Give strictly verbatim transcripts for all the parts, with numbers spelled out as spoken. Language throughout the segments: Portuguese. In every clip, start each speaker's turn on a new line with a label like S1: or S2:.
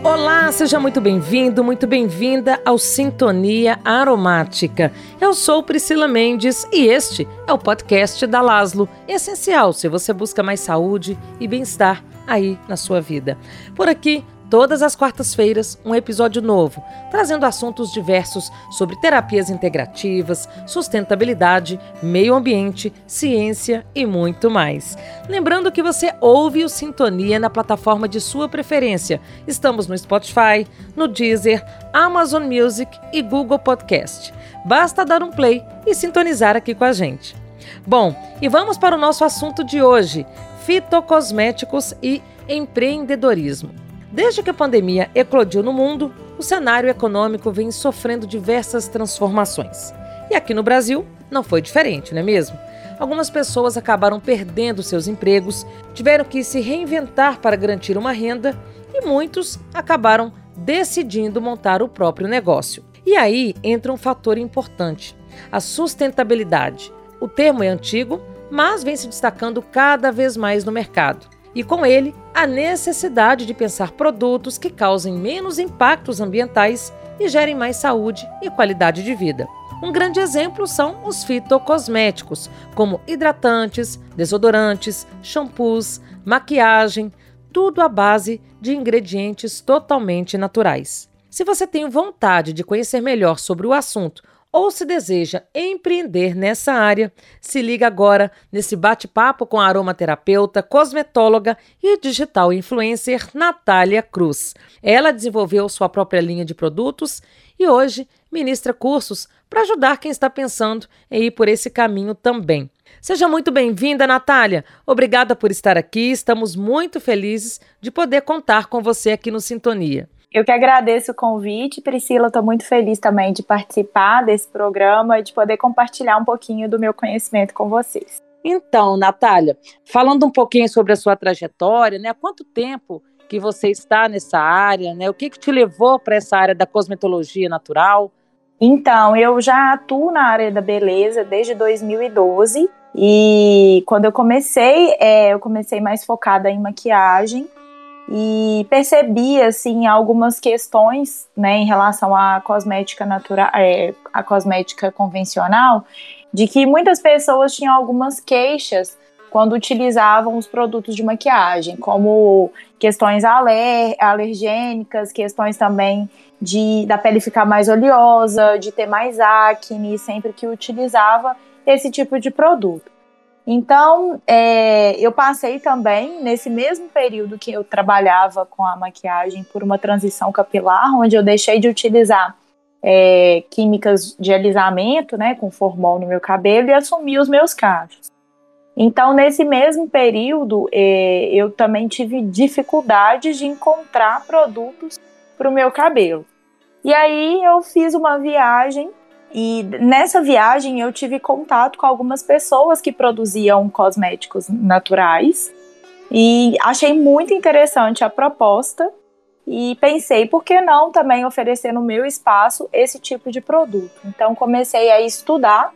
S1: Olá, seja muito bem-vindo, muito bem-vinda ao Sintonia Aromática. Eu sou Priscila Mendes e este é o podcast da Laszlo, essencial se você busca mais saúde e bem-estar aí na sua vida. Por aqui, todas as quartas-feiras, um episódio novo, trazendo assuntos diversos sobre terapias integrativas, sustentabilidade, meio ambiente, ciência e muito mais. Lembrando que você ouve o Sintonia na plataforma de sua preferência. Estamos no Spotify, no Deezer, Amazon Music e Google Podcast. Basta dar um play e sintonizar aqui com a gente. Bom, e vamos para o nosso assunto de hoje, fitocosméticos e empreendedorismo. Desde que a pandemia eclodiu no mundo, o cenário econômico vem sofrendo diversas transformações. E aqui no Brasil não foi diferente, não é mesmo? Algumas pessoas acabaram perdendo seus empregos, tiveram que se reinventar para garantir uma renda e muitos acabaram decidindo montar o próprio negócio. E aí entra um fator importante, a sustentabilidade. O termo é antigo, mas vem se destacando cada vez mais no mercado. E com ele, a necessidade de pensar produtos que causem menos impactos ambientais e gerem mais saúde e qualidade de vida. Um grande exemplo são os fitocosméticos, como hidratantes, desodorantes, shampoos, maquiagem, tudo à base de ingredientes totalmente naturais. Se você tem vontade de conhecer melhor sobre o assunto ou se deseja empreender nessa área, se liga agora nesse bate-papo com a aromaterapeuta, cosmetóloga e digital influencer Natália Cruz. Ela desenvolveu sua própria linha de produtos e hoje ministra cursos para ajudar quem está pensando em ir por esse caminho também. Seja muito bem-vinda, Natália. Obrigada por estar aqui. Estamos muito felizes de poder contar com você aqui no Sintonia.
S2: Eu que agradeço o convite, Priscila, estou muito feliz também de participar desse programa e de poder compartilhar um pouquinho do meu conhecimento com vocês.
S1: Então, Natália, falando um pouquinho sobre a sua trajetória, né? Há quanto tempo que você está nessa área, né? O que, que te levou para essa área da cosmetologia natural?
S2: Então, eu já atuo na área da beleza desde dois mil e doze e quando eu comecei, é, eu comecei mais focada em maquiagem. E percebi, assim, algumas questões, né, em relação à cosmética natural, é, à cosmética convencional, de que muitas pessoas tinham algumas queixas quando utilizavam os produtos de maquiagem, como questões aler, alergênicas, questões também de, da pele ficar mais oleosa, de ter mais acne, sempre que utilizava esse tipo de produto. Então, é, eu passei também, nesse mesmo período que eu trabalhava com a maquiagem, por uma transição capilar, onde eu deixei de utilizar é, químicas de alisamento, né, com formol no meu cabelo, e assumi os meus cachos. Então, nesse mesmo período, é, eu também tive dificuldades de encontrar produtos para o meu cabelo. E aí, eu fiz uma viagem. E nessa viagem eu tive contato com algumas pessoas que produziam cosméticos naturais e achei muito interessante a proposta e pensei, por que não também oferecer no meu espaço esse tipo de produto? Então comecei a estudar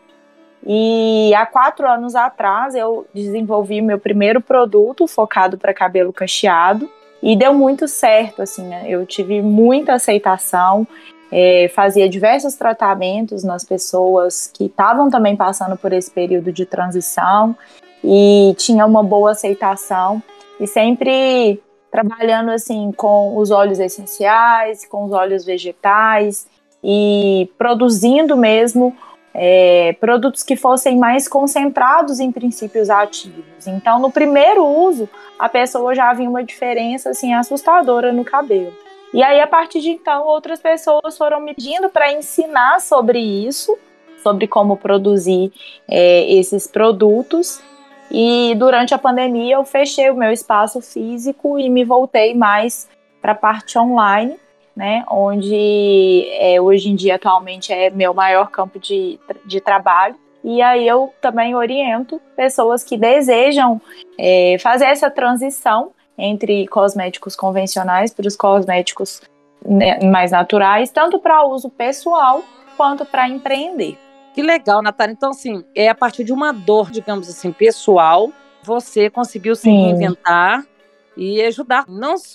S2: e há quatro anos atrás eu desenvolvi meu primeiro produto focado para cabelo cacheado e deu muito certo, assim, né? Eu tive muita aceitação. É, fazia diversos tratamentos nas pessoas que estavam também passando por esse período de transição e tinha uma boa aceitação e sempre trabalhando assim com os óleos essenciais, com os óleos vegetais e produzindo mesmo é, produtos que fossem mais concentrados em princípios ativos. Então, no primeiro uso, a pessoa já via uma diferença assim, assustadora no cabelo. E aí, a partir de então, outras pessoas foram me pedindo para ensinar sobre isso, sobre como produzir é, esses produtos. E durante a pandemia, eu fechei o meu espaço físico e me voltei mais para a parte online, né, onde é, hoje em dia, atualmente, é meu maior campo de, de trabalho. E aí eu também oriento pessoas que desejam é, fazer essa transição entre cosméticos convencionais para os cosméticos né, mais naturais, tanto para uso pessoal quanto para empreender.
S1: Que legal, Natália. Então, assim, é a partir de uma dor, digamos assim, pessoal, você conseguiu se
S2: Sim.
S1: reinventar e ajudar não só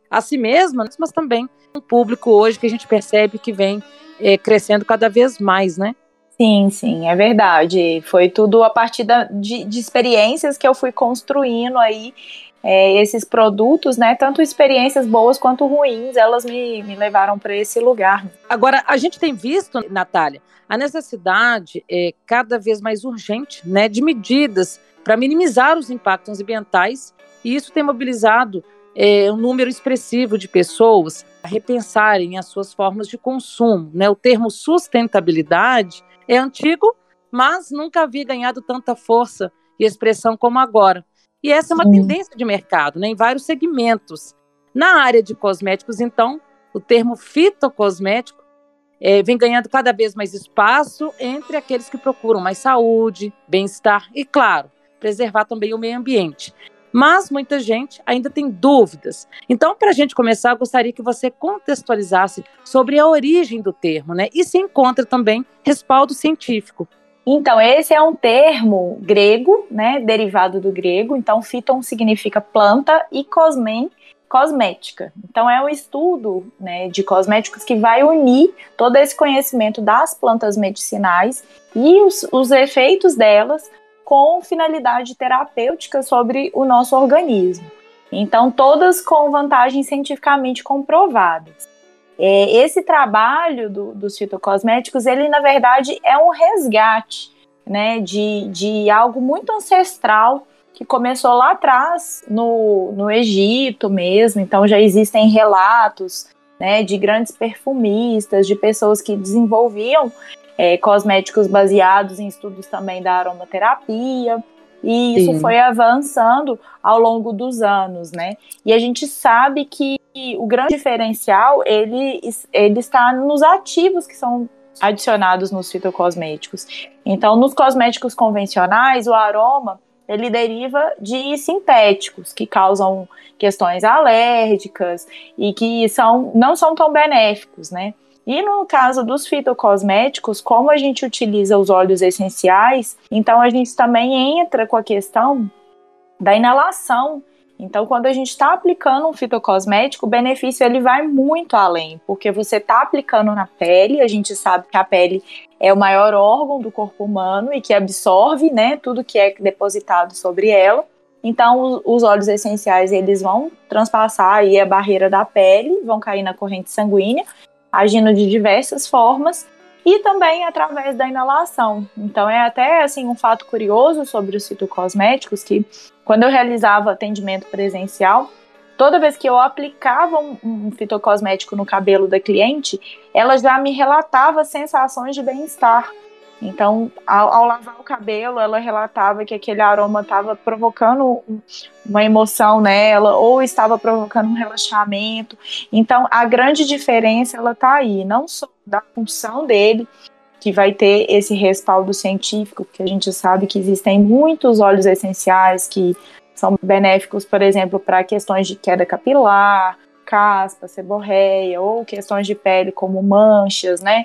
S1: a si mesma, mas também um público hoje que a gente percebe que vem é, crescendo cada vez mais, né?
S2: Sim, sim, é verdade. Foi tudo a partir da, de, de experiências que eu fui construindo aí, é, esses produtos, né? Tanto experiências boas quanto ruins, elas me, me levaram para esse lugar.
S1: Agora, a gente tem visto, Natália, a necessidade é cada vez mais urgente, né, de medidas para minimizar os impactos ambientais, e isso tem mobilizado é, um número expressivo de pessoas a repensarem as suas formas de consumo, né? O termo sustentabilidade é antigo, mas nunca havia ganhado tanta força e expressão como agora. E essa é uma
S2: Sim.
S1: tendência de mercado, né, em vários segmentos. Na área de cosméticos, então, o termo fitocosmético é, vem ganhando cada vez mais espaço entre aqueles que procuram mais saúde, bem-estar e, claro, preservar também o meio ambiente. Mas muita gente ainda tem dúvidas. Então, para a gente começar, eu gostaria que você contextualizasse sobre a origem do termo, né? E se encontra também respaldo científico.
S2: Então, esse é um termo grego, né? Derivado do grego. Então, phyton significa planta e cosmen, cosmética. Então, é um estudo, né, de cosméticos que vai unir todo esse conhecimento das plantas medicinais e os, os efeitos delas com finalidade terapêutica sobre o nosso organismo. Então, todas com vantagens cientificamente comprovadas. É, esse trabalho do, dos fitocosméticos, ele, na verdade, é um resgate, né, de, de algo muito ancestral que começou lá atrás, no, no Egito mesmo. Então, já existem relatos, né, de grandes perfumistas, de pessoas que desenvolviam É, cosméticos baseados em estudos também da aromaterapia, e isso Sim. foi avançando ao longo dos anos, né? E a gente sabe que o grande diferencial, ele, ele está nos ativos que são adicionados nos fitocosméticos. Então, nos cosméticos convencionais, o aroma, ele deriva de sintéticos, que causam questões alérgicas e que são, não são tão benéficos, né? E no caso dos fitocosméticos, como a gente utiliza os óleos essenciais, então a gente também entra com a questão da inalação. Então, quando a gente está aplicando um fitocosmético, o benefício ele vai muito além, porque você está aplicando na pele, a gente sabe que a pele é o maior órgão do corpo humano e que absorve, né, tudo que é depositado sobre ela. Então, os óleos essenciais eles vão transpassar aí a barreira da pele, vão cair na corrente sanguínea, agindo de diversas formas e também através da inalação. Então é até assim um fato curioso sobre os fitocosméticos que quando eu realizava atendimento presencial, toda vez que eu aplicava um, um fitocosmético no cabelo da cliente, ela já me relatava sensações de bem-estar. Então, ao, ao lavar o cabelo, ela relatava que aquele aroma estava provocando uma emoção nela, ou estava provocando um relaxamento. Então, a grande diferença, ela está aí, não só da função dele, que vai ter esse respaldo científico, porque a gente sabe que existem muitos óleos essenciais que são benéficos, por exemplo, para questões de queda capilar, caspa, seborreia, ou questões de pele como manchas, né,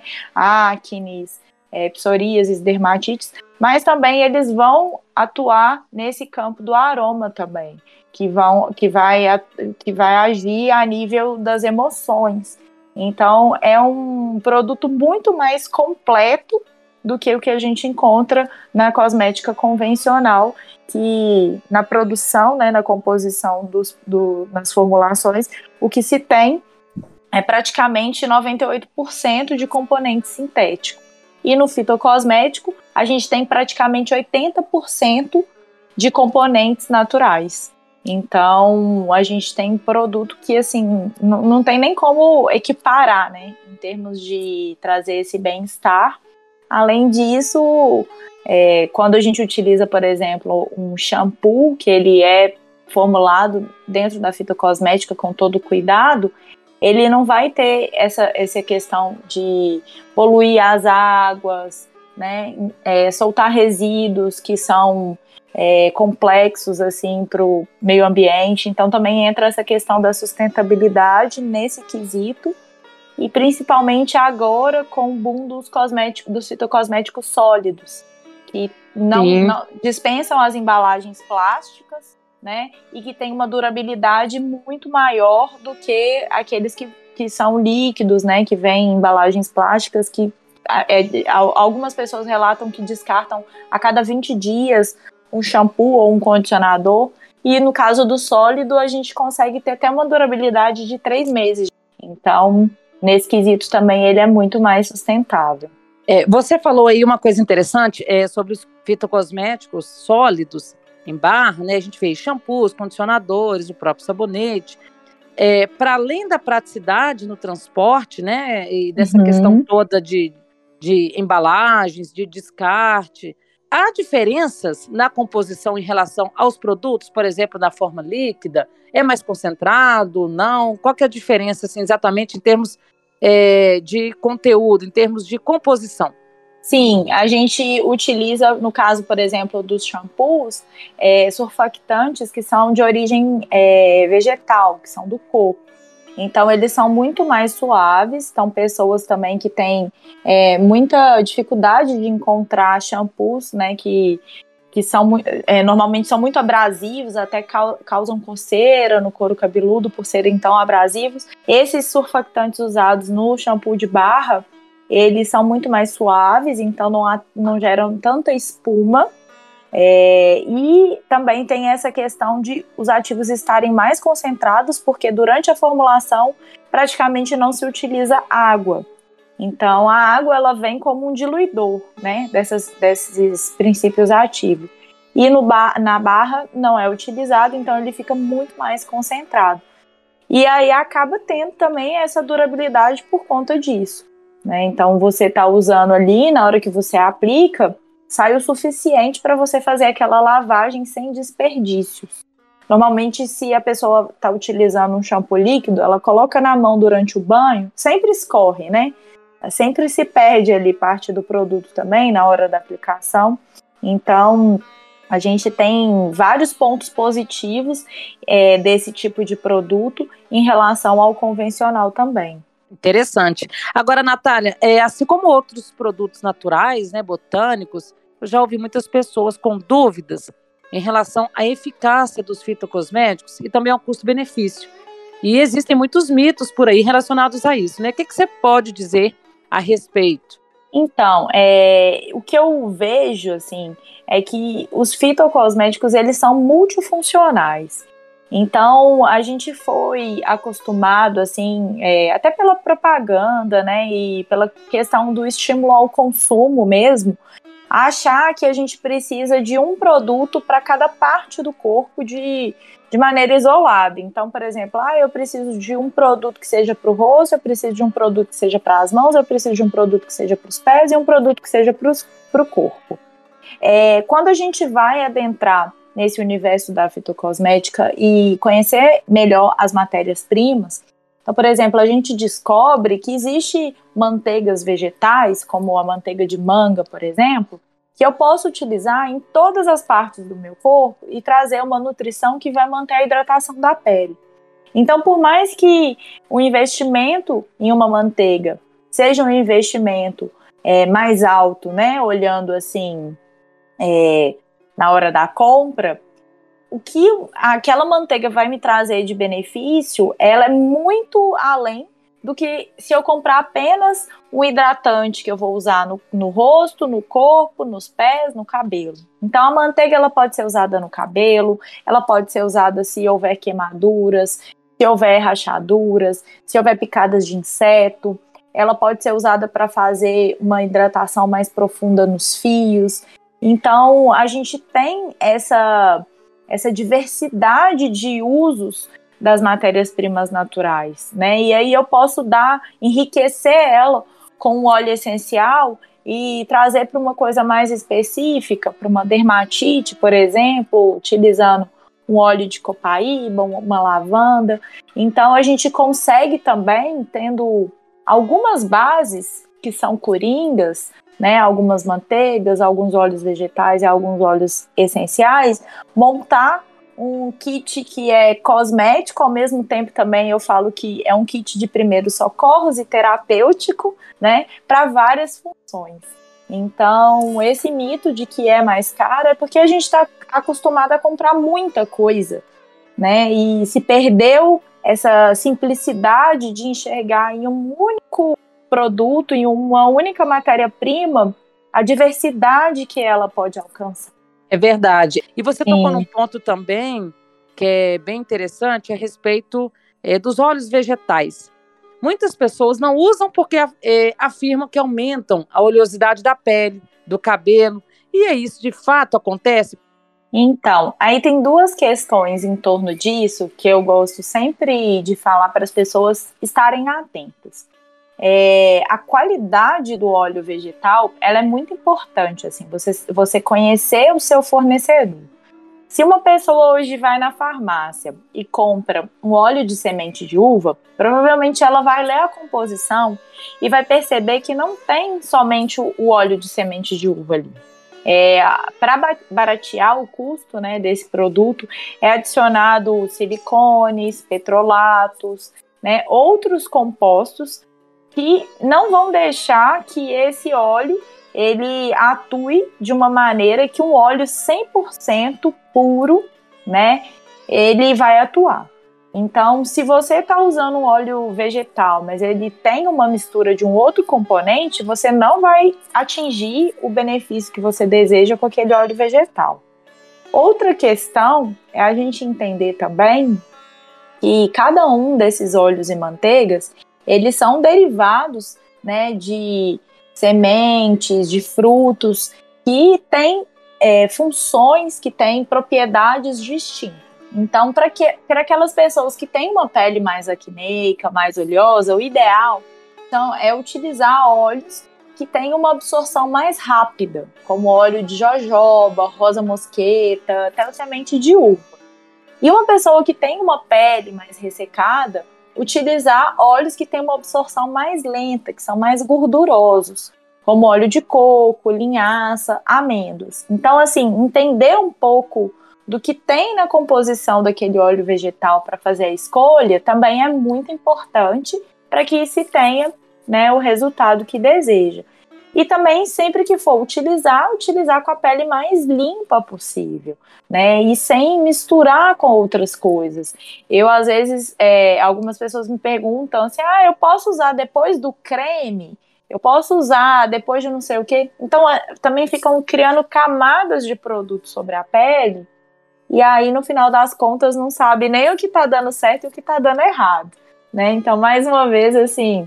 S2: acnes, É, psoríases, dermatites, mas também eles vão atuar nesse campo do aroma também, que, vão, que, vai, que vai agir a nível das emoções. Então, é um produto muito mais completo do que o que a gente encontra na cosmética convencional, que na produção, né, na composição dos, do, nas formulações, o que se tem é praticamente noventa e oito por cento de componente sintético. E no fitocosmético, a gente tem praticamente oitenta por cento de componentes naturais. Então, a gente tem um produto que, assim, não, não tem nem como equiparar, né? Em termos de trazer esse bem-estar. Além disso, é, quando a gente utiliza, por exemplo, um shampoo, que ele é formulado dentro da fitocosmética com todo cuidado, ele não vai ter essa, essa questão de poluir as águas, né, é, soltar resíduos que são é, complexos assim, para o meio ambiente. Então também entra essa questão da sustentabilidade nesse quesito, e principalmente agora com o boom dos cosméticos, dos fitocosméticos sólidos, que não, não dispensam as embalagens plásticas né? E que tem uma durabilidade muito maior do que aqueles que, que são líquidos, né? Que vêm em embalagens plásticas, que é, algumas pessoas relatam que descartam a cada vinte dias um shampoo ou um condicionador. E no caso do sólido, a gente consegue ter até uma durabilidade de três meses. Então, nesse quesito também, ele é muito mais sustentável.
S1: É, você falou aí uma coisa interessante é, sobre os fitocosméticos sólidos em barra, né? A gente fez shampoos, condicionadores, o próprio sabonete. É, para além da praticidade no transporte, né? E dessa uhum. questão toda de, de embalagens, de descarte, há diferenças na composição em relação aos produtos, por exemplo, na forma líquida? É mais concentrado? Não? Qual que é a diferença, assim, exatamente em termos é, de conteúdo, em termos de composição?
S2: Sim, a gente utiliza, no caso, por exemplo, dos shampoos, é, surfactantes que são de origem é, vegetal, que são do coco. Então, eles são muito mais suaves. Então, pessoas também que têm é, muita dificuldade de encontrar shampoos, né, que, que são, é, normalmente são muito abrasivos, até causam coceira no couro cabeludo por serem tão abrasivos. Esses surfactantes usados no shampoo de barra, eles são muito mais suaves, então não, há, não geram tanta espuma. É, e também tem essa questão de os ativos estarem mais concentrados, porque durante a formulação praticamente não se utiliza água. Então a água ela vem como um diluidor, né, dessas, desses princípios ativos. E no ba- na barra não é utilizado, então ele fica muito mais concentrado. E aí acaba tendo também essa durabilidade por conta disso. Né? Então você está usando ali, na hora que você aplica, sai o suficiente para você fazer aquela lavagem sem desperdícios. Normalmente, se a pessoa está utilizando um shampoo líquido, ela coloca na mão durante o banho, sempre escorre, né? Sempre se perde ali parte do produto também na hora da aplicação. Então, a gente tem vários pontos positivos é, desse tipo de produto em relação ao convencional também.
S1: Interessante. Agora, Natália, é, assim como outros produtos naturais, né, botânicos, eu já ouvi muitas pessoas com dúvidas em relação à eficácia dos fitocosméticos e também ao custo-benefício. E existem muitos mitos por aí relacionados a isso, né? O que, que você pode dizer a respeito?
S2: Então, é, o que eu vejo, assim, é que os fitocosméticos, eles são multifuncionais. Então, a gente foi acostumado, assim, é, até pela propaganda, né, e pela questão do estímulo ao consumo mesmo, a achar que a gente precisa de um produto para cada parte do corpo de, de maneira isolada. Então, por exemplo, ah, eu preciso de um produto que seja para o rosto, eu preciso de um produto que seja para as mãos, eu preciso de um produto que seja para os pés e um produto que seja para o corpo. É, quando a gente vai adentrar nesse universo da fitocosmética e conhecer melhor as matérias-primas, então, por exemplo, a gente descobre que existe manteigas vegetais, como a manteiga de manga, por exemplo, que eu posso utilizar em todas as partes do meu corpo e trazer uma nutrição que vai manter a hidratação da pele. Então, por mais que o investimento em uma manteiga seja um investimento é, mais alto, né, olhando assim, é, na hora da compra, o que aquela manteiga vai me trazer de benefício, ela é muito além do que se eu comprar apenas um hidratante que eu vou usar no, no rosto, no corpo, nos pés, no cabelo. Então, a manteiga ela pode ser usada no cabelo, ela pode ser usada se houver queimaduras, se houver rachaduras, se houver picadas de inseto. Ela pode ser usada para fazer uma hidratação mais profunda nos fios. Então, a gente tem essa... essa diversidade de usos das matérias-primas naturais, né? E aí eu posso dar, enriquecer ela com um óleo essencial e trazer para uma coisa mais específica, para uma dermatite, por exemplo, utilizando um óleo de copaíba, uma lavanda. Então a gente consegue também, tendo algumas bases que são coringas, né, algumas manteigas, alguns óleos vegetais e alguns óleos essenciais, montar um kit que é cosmético, ao mesmo tempo também eu falo que é um kit de primeiros socorros e terapêutico, né, para várias funções. Então, esse mito de que é mais caro é porque a gente está está acostumado a comprar muita coisa, né? E se perdeu essa simplicidade de enxergar em um único produto, em uma única matéria-prima, a diversidade que ela pode alcançar.
S1: É verdade. E você tocou num ponto também que é bem interessante a respeito é, dos óleos vegetais. Muitas pessoas não usam porque é, afirmam que aumentam a oleosidade da pele, do cabelo. E é isso, de fato, acontece?
S2: Então, aí tem duas questões em torno disso que eu gosto sempre de falar para as pessoas estarem atentas. É, a qualidade do óleo vegetal, ela é muito importante, assim, você, você conhecer o seu fornecedor. Se uma pessoa hoje vai na farmácia e compra um óleo de semente de uva, provavelmente ela vai ler a composição e vai perceber que não tem somente o óleo de semente de uva ali. É, para baratear o custo, né, desse produto, é adicionado silicones, petrolatos, né, outros compostos que não vão deixar que esse óleo ele atue de uma maneira que um óleo cem por cento puro, né, ele vai atuar. Então, se você está usando um óleo vegetal, mas ele tem uma mistura de um outro componente, você não vai atingir o benefício que você deseja com aquele óleo vegetal. Outra questão é a gente entender também que cada um desses óleos e manteigas, eles são derivados, né, de sementes, de frutos, que têm é, funções, que têm propriedades distintas. Então, para que, para aquelas pessoas que têm uma pele mais acneica, mais oleosa, o ideal então, é utilizar óleos que têm uma absorção mais rápida, como óleo de jojoba, rosa mosqueta, até a semente de uva. E uma pessoa que tem uma pele mais ressecada, utilizar óleos que têm uma absorção mais lenta, que são mais gordurosos, como óleo de coco, linhaça, amêndoas. Então, assim, entender um pouco do que tem na composição daquele óleo vegetal para fazer a escolha também é muito importante para que se tenha, né, o resultado que deseja. E também, sempre que for utilizar, utilizar com a pele mais limpa possível, né? E sem misturar com outras coisas. Eu, às vezes, é, algumas pessoas me perguntam assim, ah, eu posso usar depois do creme? Eu posso usar depois de não sei o quê? Então, também ficam criando camadas de produto sobre a pele, e aí, no final das contas, não sabe nem o que está dando certo e o que está dando errado, né? Então, mais uma vez, assim,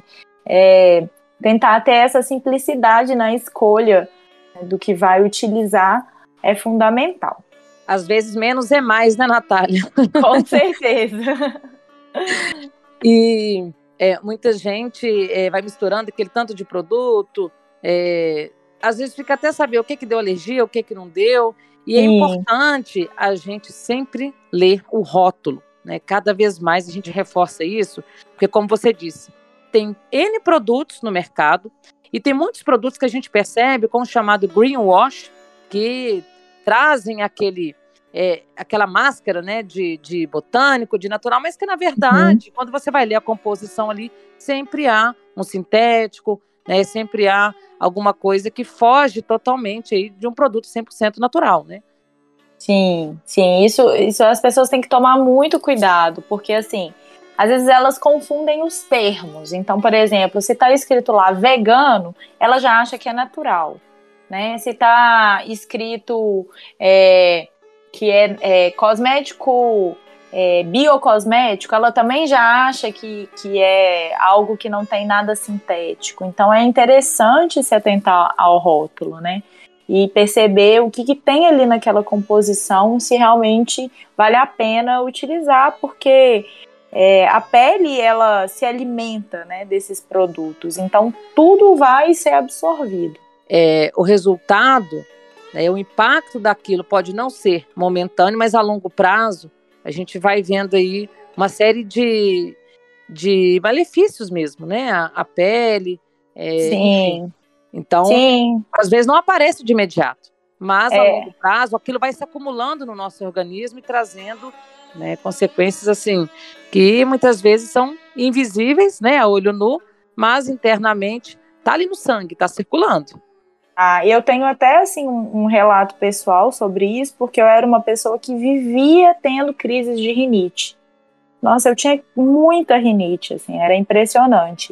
S2: é, tentar ter essa simplicidade na escolha do que vai utilizar é fundamental.
S1: Às vezes, menos é mais, né, Natália?
S2: Com certeza.
S1: E é, muita gente é, vai misturando aquele tanto de produto, é, às vezes fica até saber o que que deu alergia, o que que não deu. E é
S2: Sim.
S1: importante a gente sempre ler o rótulo, né? Cada vez mais a gente reforça isso, porque como você disse, tem N produtos no mercado e tem muitos produtos que a gente percebe com o chamado greenwash, que trazem aquele, é, aquela máscara, né, de, de botânico, de natural, mas que na verdade, uhum. quando você vai ler a composição ali, sempre há um sintético, né, sempre há alguma coisa que foge totalmente aí de um produto cem por cento natural, né?
S2: Sim, sim, isso, isso as pessoas têm que tomar muito cuidado, porque assim, às vezes elas confundem os termos. Então, por exemplo, se está escrito lá vegano, ela já acha que é natural, né? Se está escrito é, que é, é cosmético, é, biocosmético, ela também já acha que, que é algo que não tem nada sintético. Então, é interessante se atentar ao rótulo, né? E perceber o que, que tem ali naquela composição, se realmente vale a pena utilizar, porque é, a pele, ela se alimenta, né, desses produtos, então tudo vai ser absorvido.
S1: É, o resultado, né, o impacto daquilo pode não ser momentâneo, mas a longo prazo a gente vai vendo aí uma série de, de malefícios mesmo, né? A, a pele, é,
S2: Sim.
S1: enfim. Então,
S2: Sim.
S1: às vezes não aparece de imediato, mas
S2: é.
S1: a longo prazo aquilo vai se acumulando no nosso organismo e trazendo, né, consequências assim, que muitas vezes são invisíveis, né, a olho nu, mas internamente está ali no sangue, está circulando.
S2: Ah, eu tenho até assim um, um relato pessoal sobre isso, porque eu era uma pessoa que vivia tendo crises de rinite. Nossa, eu tinha muita rinite, assim, era impressionante.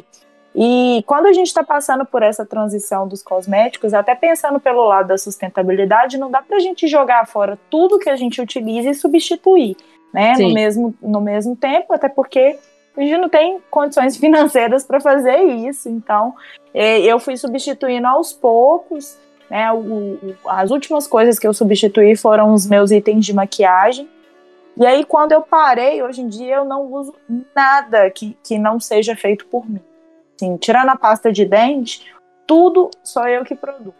S2: E quando a gente está passando por essa transição dos cosméticos, até pensando pelo lado da sustentabilidade, não dá para a gente jogar fora tudo que a gente utiliza e substituir, né? No
S1: Sim.
S2: mesmo, no mesmo tempo, até porque a gente não tem condições financeiras para fazer isso. Então, eu fui substituindo aos poucos, né? O, o, as últimas coisas que eu substituí foram os meus itens de maquiagem. E aí, quando eu parei, hoje em dia, eu não uso nada que, que não seja feito por mim. Assim, tirando a pasta de dente, tudo sou eu que produzo.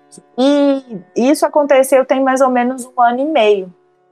S2: E isso aconteceu tem mais ou menos um ano e meio.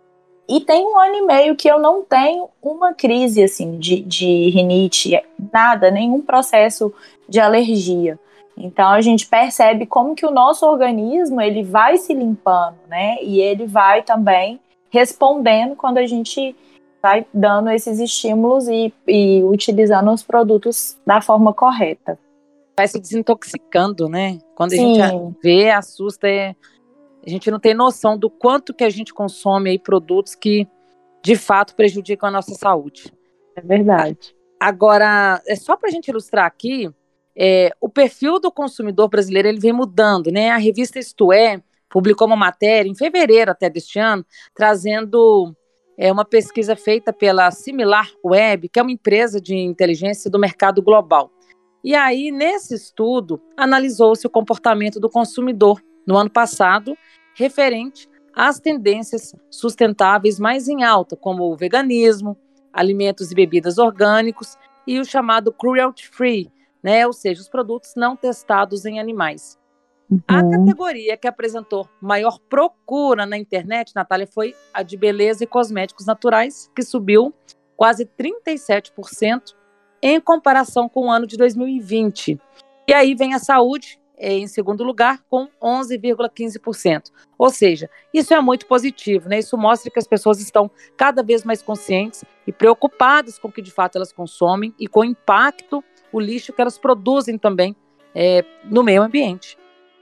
S2: E tem um ano e meio que eu não tenho uma crise assim, de, de rinite, nada, nenhum processo de alergia. Então a gente percebe como que o nosso organismo ele vai se limpando, né? E ele vai também respondendo quando a gente vai dando esses estímulos e, e utilizando os produtos da forma correta.
S1: Vai se desintoxicando, né? Quando a
S2: Sim.
S1: gente vê, assusta, é... a gente não tem noção do quanto que a gente consome aí produtos que, de fato, prejudicam a nossa saúde.
S2: É verdade.
S1: Agora, é só para a gente ilustrar aqui, é, o perfil do consumidor brasileiro ele vem mudando, né? A revista Isto É publicou uma matéria em fevereiro até deste ano, trazendo é, uma pesquisa feita pela Similar Web, que é uma empresa de inteligência do mercado global. E aí, nesse estudo, analisou-se o comportamento do consumidor no ano passado, referente às tendências sustentáveis mais em alta, como o veganismo, alimentos e bebidas orgânicos e o chamado cruelty free, né? Ou seja, os produtos não testados em animais. Uhum. A categoria que apresentou maior procura na internet, Natália, foi a de beleza e cosméticos naturais, que subiu quase trinta e sete por cento em comparação com o ano de dois mil e vinte. E aí vem a saúde, em segundo lugar, com onze vírgula quinze por cento. Ou seja, isso é muito positivo, né? Isso mostra que as pessoas estão cada vez mais conscientes e preocupadas com o que de fato elas consomem e com o impacto, o lixo que elas produzem também é, no meio ambiente.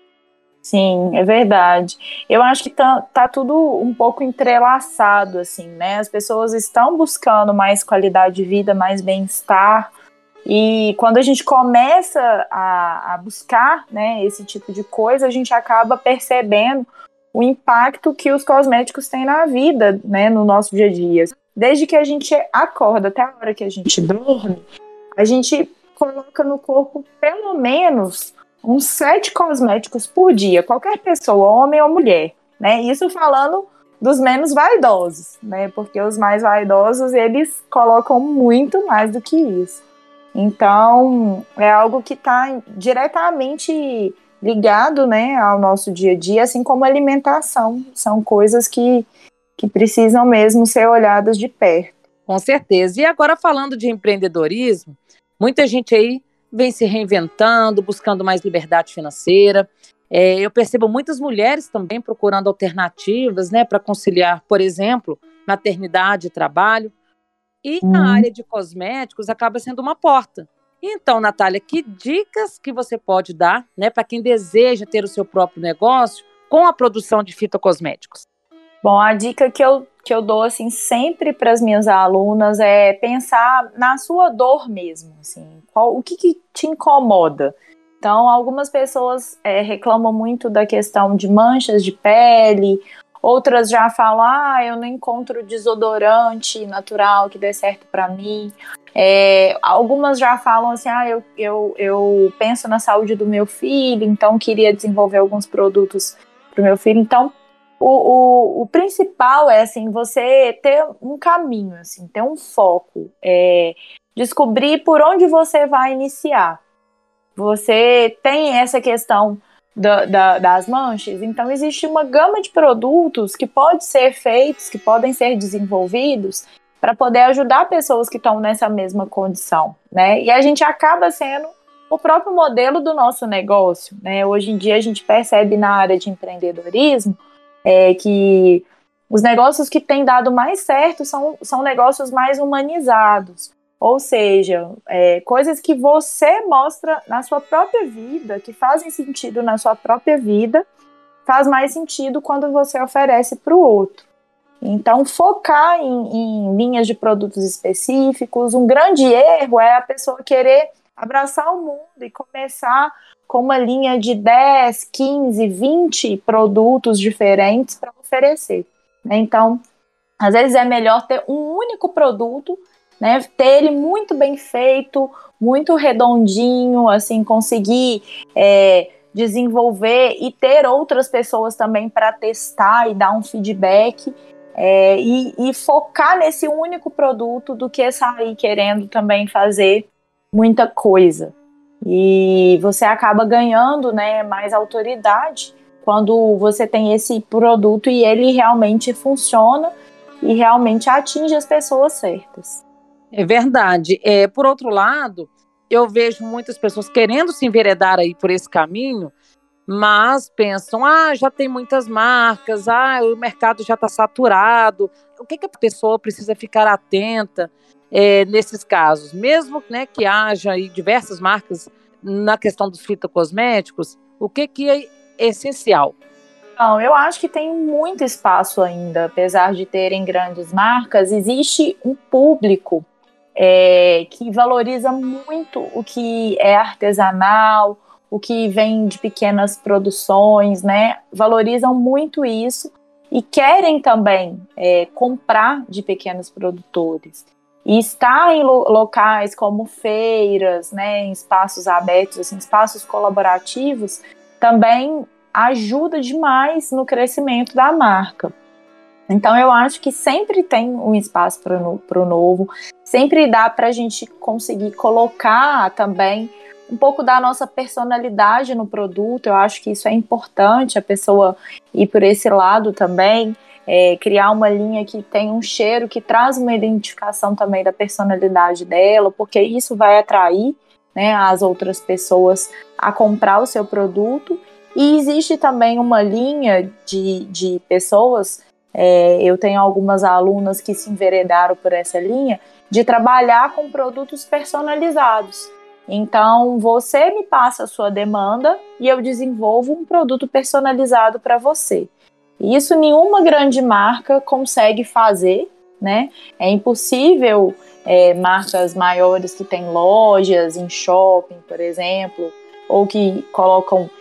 S2: Sim, é verdade. Eu acho que tá, tá tudo um pouco entrelaçado, assim, né? As pessoas estão buscando mais qualidade de vida, mais bem-estar. E quando a gente começa a, a buscar, né, esse tipo de coisa, a gente acaba percebendo o impacto que os cosméticos têm na vida, né, no nosso dia a dia. Desde que a gente acorda até a hora que a gente dorme, a gente coloca no corpo pelo menos uns sete cosméticos por dia, qualquer pessoa, homem ou mulher, né? Isso falando dos menos vaidosos, né? Porque os mais vaidosos, eles colocam muito mais do que isso. Então, é algo que está diretamente ligado, né, ao nosso dia a dia, assim como a alimentação. São coisas que, que precisam mesmo ser olhadas de perto.
S1: Com certeza. E agora, falando de empreendedorismo, muita gente aí vem se reinventando, buscando mais liberdade financeira. É, eu percebo muitas mulheres também procurando alternativas, né, para conciliar, por exemplo, maternidade e trabalho. E hum. a área de cosméticos acaba sendo uma porta. Então, Natália, que dicas que você pode dar, né, para quem deseja ter o seu próprio negócio com a produção de fitocosméticos?
S2: Bom, a dica que eu, que eu dou assim, sempre para as minhas alunas é pensar na sua dor mesmo. Assim, qual, o que, que te incomoda? Então, algumas pessoas é, reclamam muito da questão de manchas de pele, outras já falam, ah, eu não encontro desodorante natural que dê certo para mim. É, algumas já falam assim, ah, eu, eu, eu penso na saúde do meu filho, então queria desenvolver alguns produtos para o meu filho. Então, o, o, o principal é, assim, você ter um caminho, assim, ter um foco, é, descobrir por onde você vai iniciar. Você tem essa questão Da, da, das manchas, então existe uma gama de produtos que pode ser feitos, que podem ser desenvolvidos para poder ajudar pessoas que estão nessa mesma condição, né? E a gente acaba sendo o próprio modelo do nosso negócio, né? Hoje em dia a gente percebe na área de empreendedorismo é, que os negócios que têm dado mais certo são, são negócios mais humanizados. Ou seja, é, coisas que você mostra na sua própria vida, que fazem sentido na sua própria vida faz mais sentido quando você oferece para o outro. Então, focar em, em linhas de produtos específicos. Um grande erro é a pessoa querer abraçar o mundo e começar com uma linha de dez, quinze, vinte produtos diferentes para oferecer, né? Então, às vezes é melhor ter um único produto, né? Ter ele muito bem feito, muito redondinho, assim, conseguir é, desenvolver e ter outras pessoas também para testar e dar um feedback. É, e, e focar nesse único produto do que sair querendo também fazer muita coisa. E você acaba ganhando, né, mais autoridade quando você tem esse produto e ele realmente funciona e realmente atinge as pessoas certas.
S1: É verdade. É, por outro lado, eu vejo muitas pessoas querendo se enveredar aí por esse caminho, mas pensam, ah, já tem muitas marcas, ah, o mercado já está saturado. O que, que a pessoa precisa ficar atenta é, nesses casos? Mesmo, né, que haja aí diversas marcas na questão dos fitocosméticos, o que, que é essencial?
S2: Não, eu acho que tem muito espaço ainda, apesar de terem grandes marcas, existe um público é, que valoriza muito o que é artesanal, o que vem de pequenas produções, né? Valorizam muito isso e querem também é, comprar de pequenos produtores. E estar em lo- locais como feiras, né, em espaços abertos, assim, espaços colaborativos, também ajuda demais no crescimento da marca. Então, eu acho que sempre tem um espaço para o novo, sempre dá para a gente conseguir colocar também um pouco da nossa personalidade no produto. Eu acho que isso é importante, a pessoa ir por esse lado também, é, criar uma linha que tem um cheiro, que traz uma identificação também da personalidade dela, porque isso vai atrair, né, as outras pessoas a comprar o seu produto. E existe também uma linha de, de pessoas, é, eu tenho algumas alunas que se enveredaram por essa linha, de trabalhar com produtos personalizados. Então, você me passa a sua demanda e eu desenvolvo um produto personalizado para você. Isso nenhuma grande marca consegue fazer, né? É impossível é, marcas maiores que têm lojas em shopping, por exemplo, ou que colocam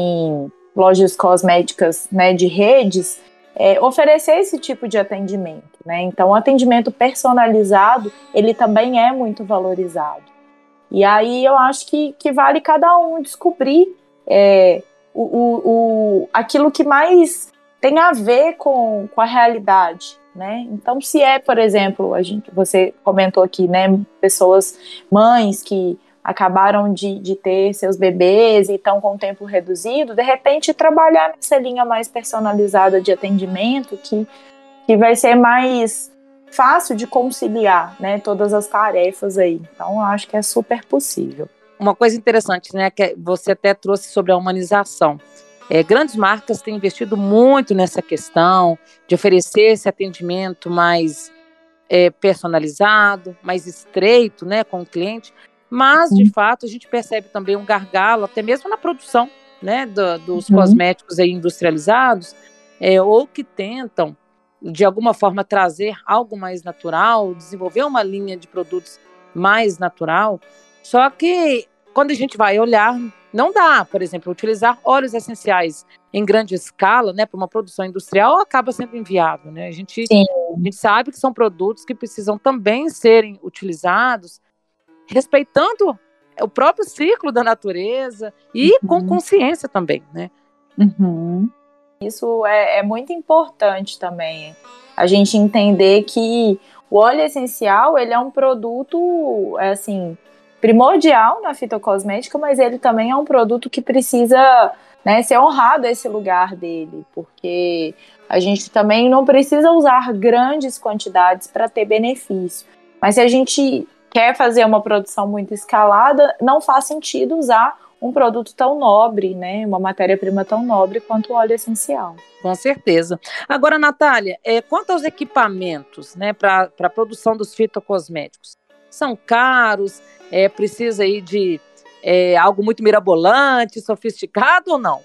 S2: em lojas cosméticas, né, de redes, é, oferecer esse tipo de atendimento, né? Então, o atendimento personalizado, ele também é muito valorizado. E aí eu acho que, que vale cada um descobrir é, o, o, o, aquilo que mais tem a ver com, com a realidade, né? Então, se é, por exemplo, a gente, você comentou aqui, né, pessoas, mães que acabaram de, de ter seus bebês e estão com tempo reduzido, de repente trabalhar nessa linha mais personalizada de atendimento, que, que vai ser mais fácil de conciliar, né, todas as tarefas aí. Então, eu acho que é super possível.
S1: Uma coisa interessante, né, que você até trouxe sobre a humanização. É, grandes marcas têm investido muito nessa questão de oferecer esse atendimento mais é, personalizado, mais estreito, né, com o cliente, mas, de uhum. fato, a gente percebe também um gargalo, até mesmo na produção, né, do, dos uhum. cosméticos aí industrializados, é, ou que tentam, de alguma forma, trazer algo mais natural, desenvolver uma linha de produtos mais natural, só que quando a gente vai olhar, não dá, por exemplo, utilizar óleos essenciais em grande escala, né, para uma produção industrial, acaba sendo inviável, né? A gente, a gente sabe que são produtos que precisam também serem utilizados respeitando o próprio ciclo da natureza e uhum. com consciência também, né?
S2: Uhum. Isso é, é muito importante também, a gente entender que o óleo essencial, ele é um produto, assim, primordial na fitocosmética, mas ele também é um produto que precisa, né, ser honrado esse lugar dele, porque a gente também não precisa usar grandes quantidades para ter benefício. Mas se a gente quer fazer uma produção muito escalada, não faz sentido usar um produto tão nobre, né, uma matéria-prima tão nobre quanto o óleo essencial.
S1: Com certeza. Agora, Natália, é, quanto aos equipamentos, né, para a produção dos fitocosméticos, são caros? É, precisa aí de é, algo muito mirabolante, sofisticado ou não?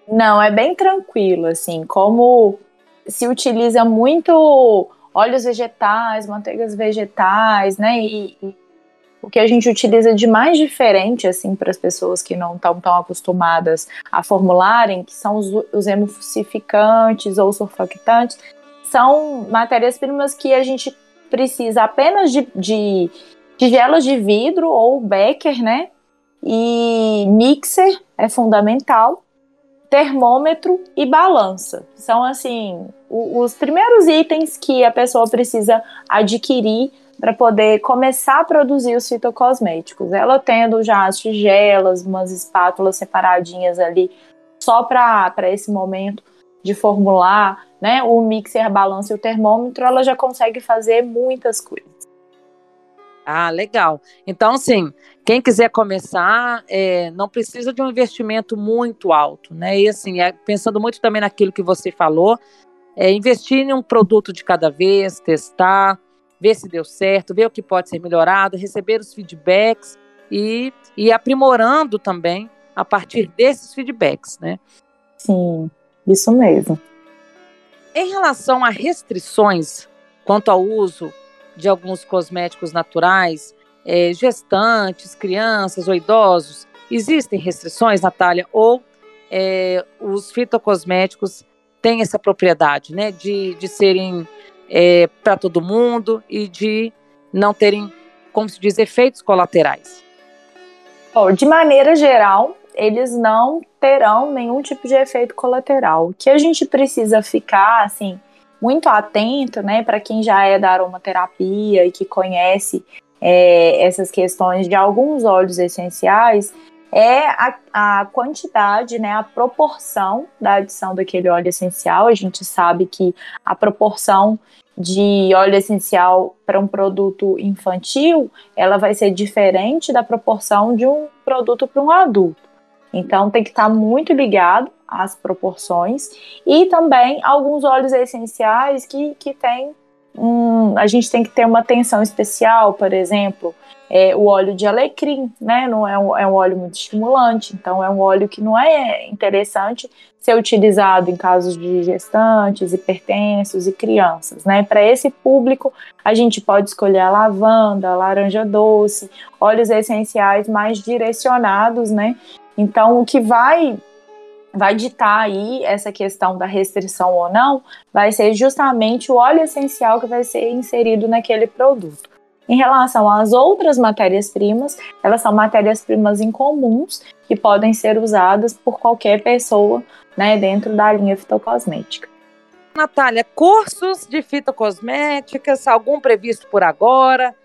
S2: Não, é bem tranquilo, assim, como se utiliza muito óleos vegetais, manteigas vegetais, né, e, e o que a gente utiliza de mais diferente, assim, para as pessoas que não estão tão acostumadas a formularem, que são os, os emulsificantes ou surfactantes, são matérias-primas que a gente precisa apenas de, de tigelas de vidro ou becker, né, e mixer é fundamental, termômetro e balança. São, assim, o, os primeiros itens que a pessoa precisa adquirir para poder começar a produzir os fitocosméticos. Ela tendo já as tigelas, umas espátulas separadinhas ali, só para esse momento de formular, né, o mixer, a balança e o termômetro, ela já consegue fazer muitas coisas.
S1: Ah, legal. Então, assim, quem quiser começar, é, não precisa de um investimento muito alto, né? E assim, é, pensando muito também naquilo que você falou, é, investir em um produto de cada vez, testar, ver se deu certo, ver o que pode ser melhorado, receber os feedbacks e ir aprimorando também a partir desses feedbacks, né?
S2: Sim, isso mesmo.
S1: Em relação a restrições quanto ao uso de alguns cosméticos naturais, é, gestantes, crianças ou idosos, existem restrições, Natália? Ou é, os fitocosméticos têm essa propriedade, né, de, de serem é, para todo mundo e de não terem, como se diz, efeitos colaterais?
S2: Bom, de maneira geral, eles não terão nenhum tipo de efeito colateral. O que a gente precisa ficar, assim, muito atento, né, para quem já é da aromaterapia e que conhece é, essas questões de alguns óleos essenciais, é a, a quantidade, né, a proporção da adição daquele óleo essencial. A gente sabe que a proporção de óleo essencial para um produto infantil, ela vai ser diferente da proporção de um produto para um adulto. Então tem que estar muito ligado às proporções e também alguns óleos essenciais que, que tem, hum, a gente tem que ter uma atenção especial, por exemplo, é, o óleo de alecrim, né? Não é um, é um óleo muito estimulante, então é um óleo que não é interessante ser utilizado em casos de gestantes, hipertensos e crianças, né? Para esse público, a gente pode escolher a lavanda, a laranja doce, óleos essenciais mais direcionados, né? Então, o que vai, vai ditar aí essa questão da restrição ou não vai ser justamente o óleo essencial que vai ser inserido naquele produto. Em relação às outras matérias-primas, elas são matérias-primas incomuns que podem ser usadas por qualquer pessoa, né, dentro da linha fitocosmética.
S1: Natália, cursos de fitocosméticas, algum previsto por agora?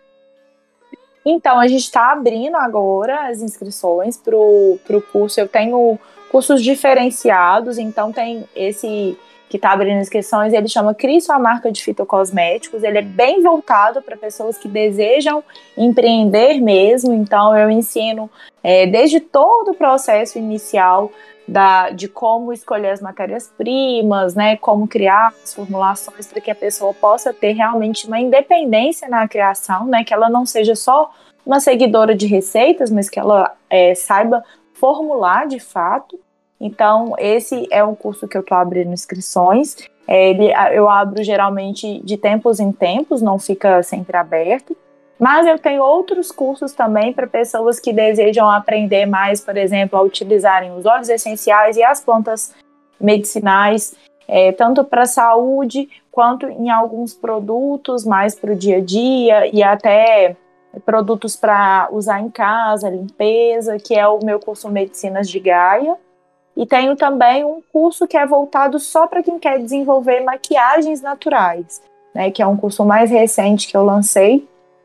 S2: Então, a gente está abrindo agora as inscrições para o curso. Eu tenho cursos diferenciados, então tem esse que está abrindo inscrições, ele chama Crie Sua Marca de Fitocosméticos. Ele é bem voltado para pessoas que desejam empreender mesmo, então eu ensino é, desde todo o processo inicial da, de como escolher as matérias-primas, né, como criar as formulações para que a pessoa possa ter realmente uma independência na criação, né, que ela não seja só uma seguidora de receitas, mas que ela é, saiba formular de fato. Então, esse é um curso que eu estou abrindo inscrições. É, ele, eu abro geralmente de tempos em tempos, não fica sempre aberto. Mas eu tenho outros cursos também para pessoas que desejam aprender mais, por exemplo, a utilizarem os óleos essenciais e as plantas medicinais, é, tanto para a saúde, quanto em alguns produtos mais para o dia a dia e até produtos para usar em casa, limpeza, que é o meu curso Medicinas de Gaia. E tenho também um curso que é voltado só para quem quer desenvolver maquiagens naturais, né, que é um curso mais recente que eu lancei.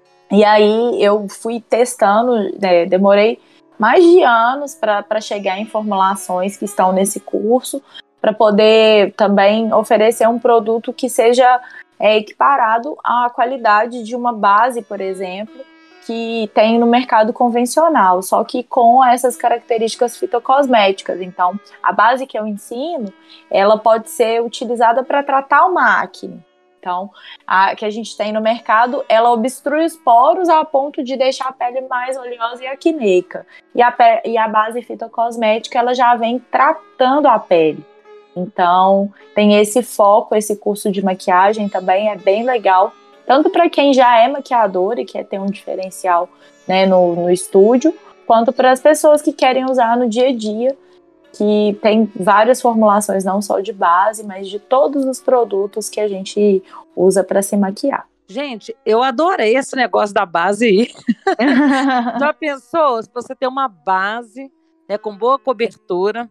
S2: E aí eu fui testando, né, demorei mais de anos para chegar em formulações que estão nesse curso, para poder também oferecer um produto que seja é, equiparado à qualidade de uma base, por exemplo, que tem no mercado convencional, só que com essas características fitocosméticas. Então, a base que eu ensino, ela pode ser utilizada para tratar uma acne. Então, a que a gente tem no mercado, ela obstrui os poros a ponto de deixar a pele mais oleosa e acneica. E a, e a base fitocosmética, ela já vem tratando a pele. Então, tem esse foco, esse curso de maquiagem também é bem legal, tanto para quem já é maquiador e quer ter um diferencial, né, no, no estúdio, quanto para as pessoas que querem usar no dia a dia, que tem várias formulações, não só de base, mas de todos os produtos que a gente usa para se maquiar.
S1: Gente, eu adorei esse negócio da base aí. Já pensou? Se você tem uma base, né, com boa cobertura,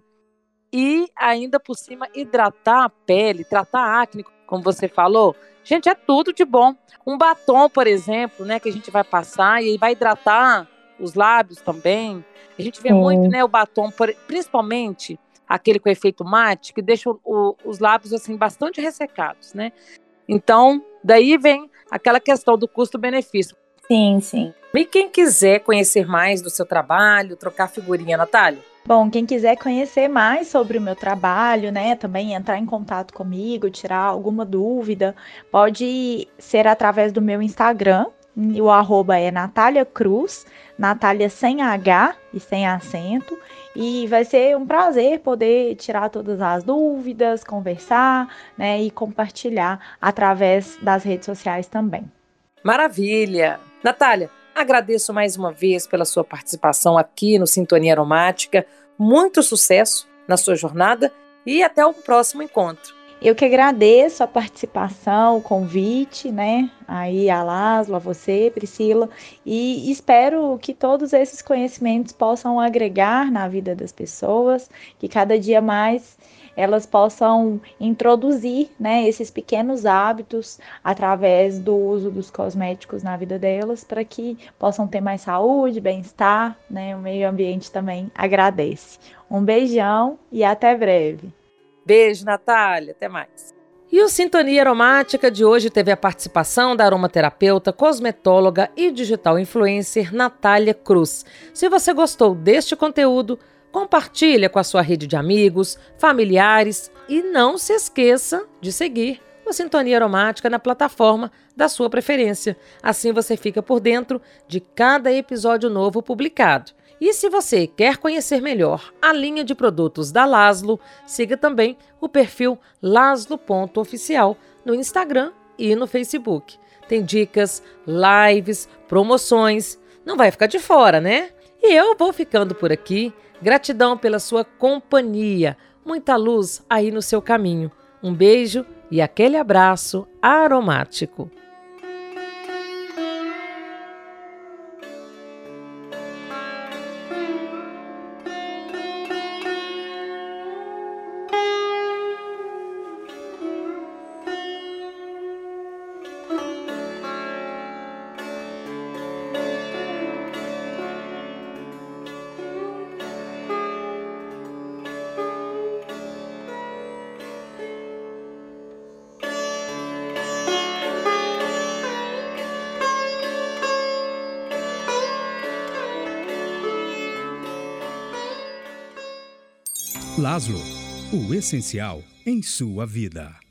S1: e ainda por cima hidratar a pele, tratar a acne, como você falou. Gente, é tudo de bom. Um batom, por exemplo, né, que a gente vai passar e vai hidratar os lábios também. A gente vê Sim. muito, né, o batom, principalmente aquele com efeito mate, que deixa o, o, os lábios assim bastante ressecados, né? Então, daí vem aquela questão do custo-benefício.
S2: Sim, sim.
S1: E quem quiser conhecer mais do seu trabalho, trocar figurinha, Natália?
S3: Bom, quem quiser conhecer mais sobre o meu trabalho, né, também entrar em contato comigo, tirar alguma dúvida, pode ser através do meu Instagram, o arroba é Natália Cruz, Natália sem H e sem acento, e vai ser um prazer poder tirar todas as dúvidas, conversar, né, e compartilhar através das redes sociais também.
S1: Maravilha! Natália, agradeço mais uma vez pela sua participação aqui no Sintonia Aromática. Muito sucesso na sua jornada e até o próximo encontro.
S3: Eu que agradeço a participação, o convite, né? Aí a Lázaro, a você, Priscila, e espero que todos esses conhecimentos possam agregar na vida das pessoas, que cada dia mais elas possam introduzir, né, esses pequenos hábitos através do uso dos cosméticos na vida delas, para que possam ter mais saúde, bem-estar, né? O meio ambiente também agradece. Um beijão e até breve.
S1: Beijo, Natália. Até mais. E o Sintonia Aromática de hoje teve a participação da aromaterapeuta, cosmetóloga e digital influencer Natália Cruz. Se você gostou deste conteúdo, compartilha com a sua rede de amigos, familiares e não se esqueça de seguir o Sintonia Aromática na plataforma da sua preferência. Assim você fica por dentro de cada episódio novo publicado. E se você quer conhecer melhor a linha de produtos da Lázaro, siga também o perfil laslo ponto oficial no Instagram e no Facebook. Tem dicas, lives, promoções. Não vai ficar de fora, né? E eu vou ficando por aqui. Gratidão pela sua companhia. Muita luz aí no seu caminho. Um beijo e aquele abraço aromático.
S4: Lázaro, o essencial em sua vida.